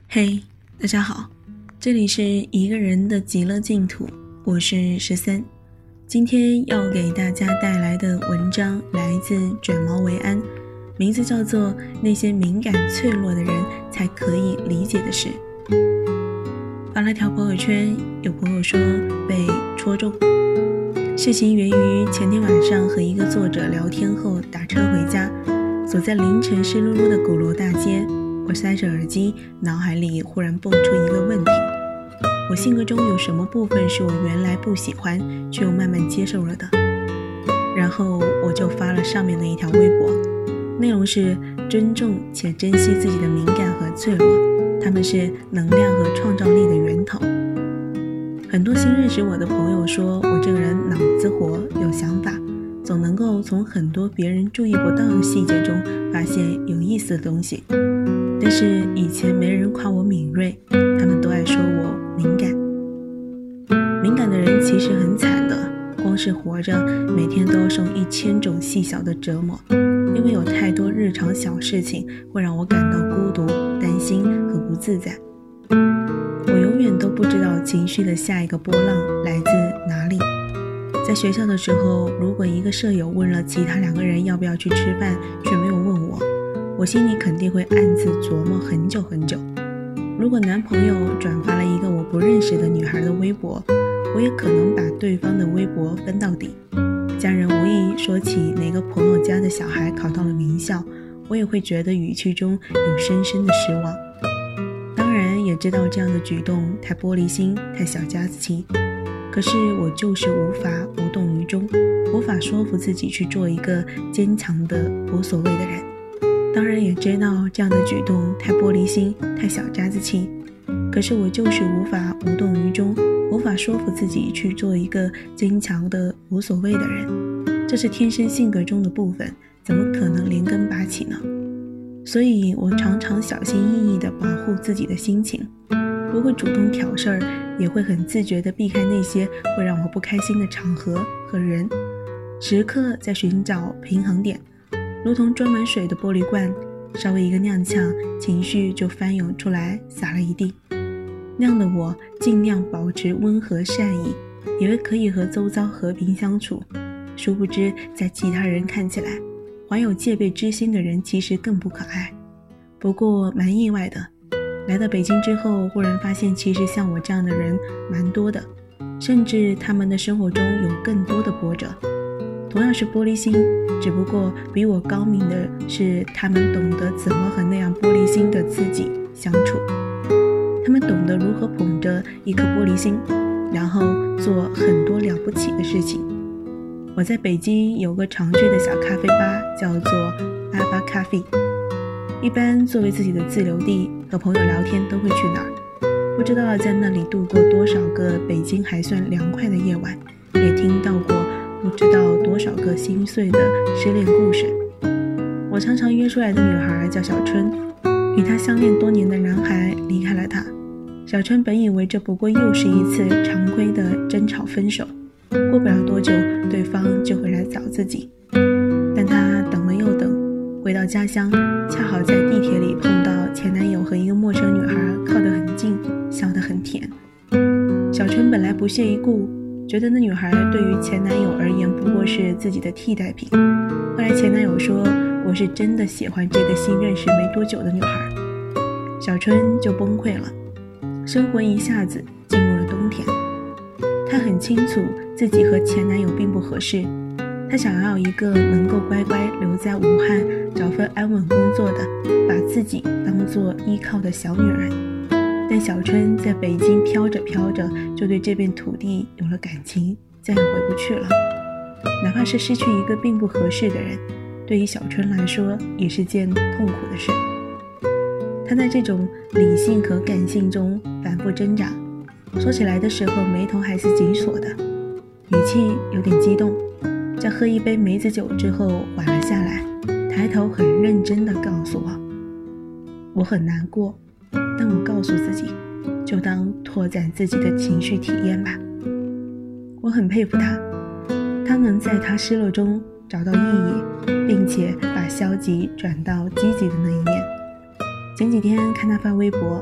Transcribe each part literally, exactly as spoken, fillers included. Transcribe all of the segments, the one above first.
嘿，大家好，这里是一个人的极乐净土，我是十三。今天要给大家带来的文章来自卷毛维安，名字叫做那些敏感脆弱的人才可以理解的事。发了条朋友圈，有朋友说被戳中。事情源于前天晚上和一个作者聊天后打车回家，走在凌晨湿漉漉的鼓楼大街，我塞着耳机，脑海里忽然蹦出一个问题：我性格中有什么部分是我原来不喜欢却又慢慢接受了的？然后我就发了上面的一条微博，内容是尊重且珍惜自己的敏感和脆弱，它们是能量和创造力的源头。很多新认识我的朋友说我这个人脑子活，有想法，总能够从很多别人注意不到的细节中发现有意思的东西。但是以前没人夸我敏锐，他们都爱说我敏感。敏感的人其实很惨的，光是活着每天都要受一千种细小的折磨，因为有太多日常小事情会让我感到孤独、担心和不自在。我永远都不知道情绪的下一个波浪来自哪里。在学校的时候，如果一个舍友问了其他两个人要不要去吃饭，却没有问我，我心里肯定会暗自琢磨很久很久。如果男朋友转发了一个我不认识的女孩的微博，我也可能把对方的微博翻到底。家人无意说起哪个朋友家的小孩考到了名校，我也会觉得语气中有深深的失望。当然也知道这样的举动太玻璃心，太小家子气，可是我就是无法无动于衷，无法说服自己去做一个坚强的无所谓的人。当然也知道这样的举动太玻璃心，太小家子气，可是我就是无法无动于衷，无法说服自己去做一个坚强的无所谓的人。这是天生性格中的部分，怎么可能连根拔起呢？所以我常常小心翼翼地保护自己的心情，不会主动挑事儿，也会很自觉地避开那些会让我不开心的场合和人，时刻在寻找平衡点，如同装满水的玻璃罐，稍微一个踉跄，情绪就翻涌出来，洒了一地。那样的我尽量保持温和善意，以为可以和周遭和平相处，殊不知在其他人看起来，怀有戒备之心的人其实更不可爱。不过蛮意外的，来到北京之后，忽然发现其实像我这样的人蛮多的，甚至他们的生活中有更多的波折。同样是玻璃心，只不过比我高明的是他们懂得怎么和那样玻璃心的自己相处。他们懂得如何捧着一颗玻璃心，然后做很多了不起的事情。我在北京有个常去的小咖啡吧，叫做阿巴咖啡。一般作为自己的自留地，和朋友聊天都会去哪儿。不知道在那里度过多少个北京还算凉快的夜晚，也听到过不知道多少个心碎的失恋故事。我常常约出来的女孩叫小春，与她相恋多年的男孩离开了她。小春本以为这不过又是一次常规的争吵分手，过不了多久对方就会来找自己，但她等了又等，回到家乡恰好在地铁里碰到前男友和一个陌生女孩靠得很近，笑得很甜。小春本来不屑一顾，觉得那女孩对于前男友而言不过是自己的替代品。后来前男友说，我是真的喜欢这个新认识没多久的女孩。小春就崩溃了，生活一下子进入了冬天。她很清楚自己和前男友并不合适，她想要一个能够乖乖留在武汉找份安稳工作的，把自己当作依靠的小女人。但小春在北京飘着飘着，就对这片土地有了感情，再也回不去了。哪怕是失去一个并不合适的人，对于小春来说也是件痛苦的事。她在这种理性和感性中反复挣扎，说起来的时候眉头还是紧锁的，语气有点激动，在喝一杯梅子酒之后缓了下来，抬头很认真地告诉我，我很难过，但我告诉自己，就当拓展自己的情绪体验吧。我很佩服他，他能在他失落中找到意义，并且把消极转到积极的那一面。前几天看他发微博，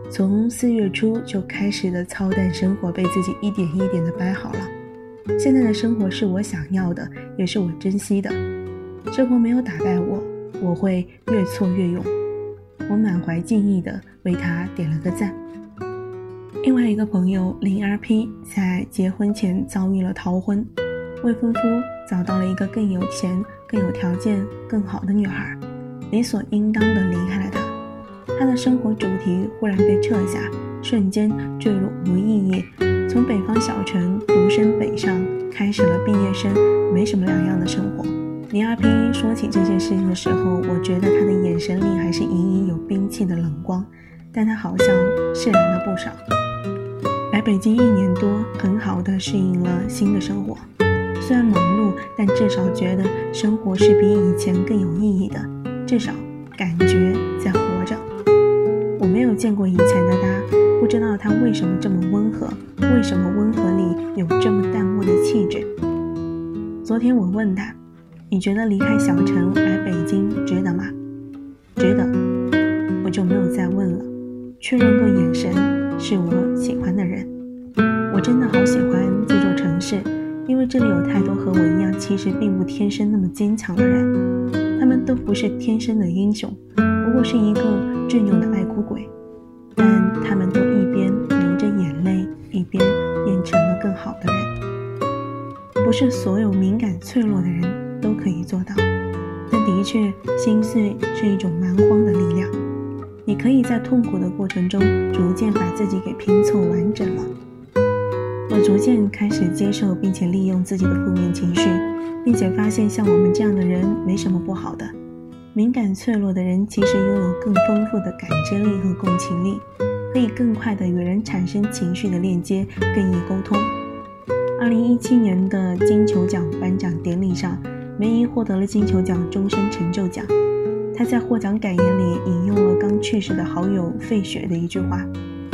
从四月初就开始的操蛋生活被自己一点一点的掰好了。现在的生活是我想要的，也是我珍惜的。生活没有打败我，我会越挫越勇。我满怀敬意的为他点了个赞。另外一个朋友林 R P 在结婚前遭遇了逃婚，未婚夫找到了一个更有钱、更有条件、更好的女孩，理所应当的离开了她。他的生活主题忽然被撤下，瞬间坠入无意义，从北方小城独身北上，开始了毕业生没什么两样的生活。林 R P 说起这件事情的时候，我觉得他的眼神里还是隐隐有兵器的冷光，但他好像释然了不少。来北京一年多，很好的适应了新的生活，虽然忙碌，但至少觉得生活是比以前更有意义的，至少感觉在活着。我没有见过以前的他，不知道他为什么这么温和，为什么温和里有这么淡漠的气质。昨天我问他，你觉得离开小城来北京值得吗？值得，我就没有再问了。确认过眼神，是我喜欢的人。我真的好喜欢这座城市，因为这里有太多和我一样其实并不天生那么坚强的人，他们都不是天生的英雄，不过是一个隽永的爱哭鬼，但他们都一边流着眼泪，一边变成了更好的人。不是所有敏感脆弱的人都可以做到，但的确心碎是一种蛮荒的力量，你可以在痛苦的过程中逐渐把自己给拼凑完整了。我逐渐开始接受并且利用自己的负面情绪，并且发现像我们这样的人没什么不好的。敏感脆弱的人其实拥有更丰富的感知力和共情力，可以更快地与人产生情绪的链接，更易沟通。二零一七年的金球奖颁奖典礼上，梅姨获得了金球奖终身成就奖。她在获奖感言里引用了刚去世的好友费雪的一句话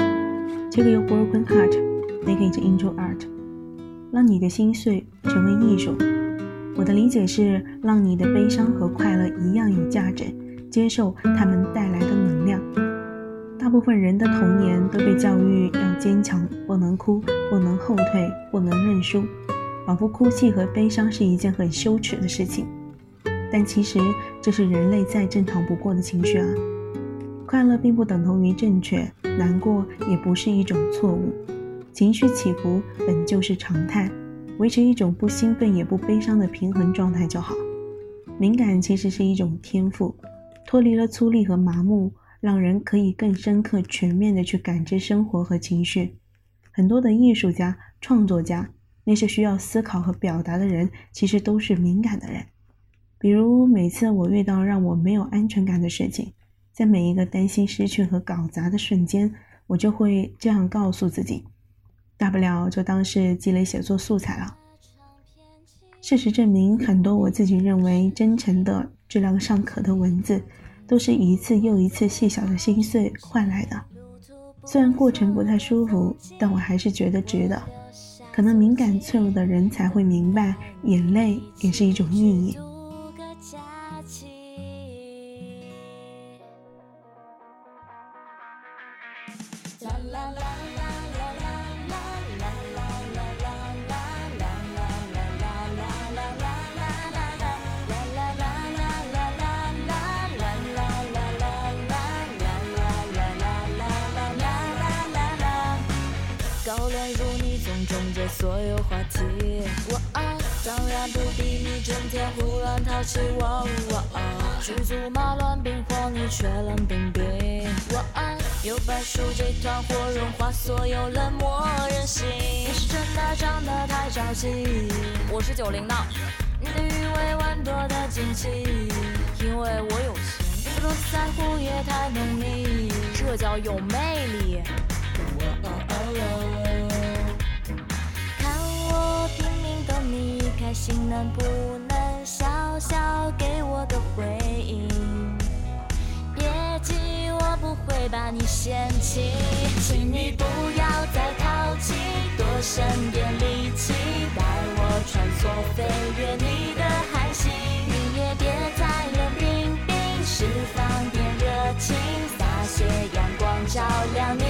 ：“Take your broken heart, make it into art。”让你的心碎成为艺术。我的理解是，让你的悲伤和快乐一样有价值，接受它们带来的能量。大部分人的童年都被教育要坚强，不能哭，不能后退，不能认输，仿佛哭泣和悲伤是一件很羞耻的事情。但其实这是人类再正常不过的情绪啊。快乐并不等同于正确，难过也不是一种错误。情绪起伏本就是常态，维持一种不兴奋也不悲伤的平衡状态就好。敏感其实是一种天赋，脱离了粗粝和麻木，让人可以更深刻全面地去感知生活和情绪。很多的艺术家、创作家，那些需要思考和表达的人，其实都是敏感的人。比如每次我遇到让我没有安全感的事情，在每一个担心失去和搞砸的瞬间，我就会这样告诉自己，大不了就当是积累写作素材了。事实证明，很多我自己认为真诚的、质量尚可的文字，都是一次又一次细小的心碎换来的。虽然过程不太舒服，但我还是觉得值得。可能敏感脆弱的人才会明白，眼泪也是一种意义。 这所有话题，我啊，当然不比你整天胡乱淘气，我啊，驱逐马乱兵荒，你却冷冰冰，我啊，有白术这团火融化所有冷漠人心。你是真的长得太着急，我是九零的，你的余味万多的惊奇，因为我有心，不在乎也太浓密，这叫有魅力。开心能不能笑笑给我个回应？别急，我不会把你嫌弃，请你不要再淘气，多省点力气，带我穿梭飞越你的海星。你也别再冷冰冰，释放点热情，洒些阳光照亮你。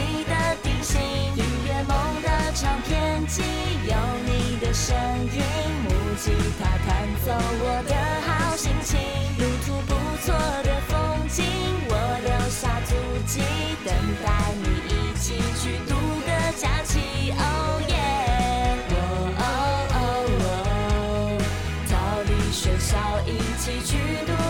他弹奏我的好心情。路途不错的风景，我留下足迹，等待你一起去度个假期。Oh yeah， 哦哦哦哦，逃离学校，一起去度。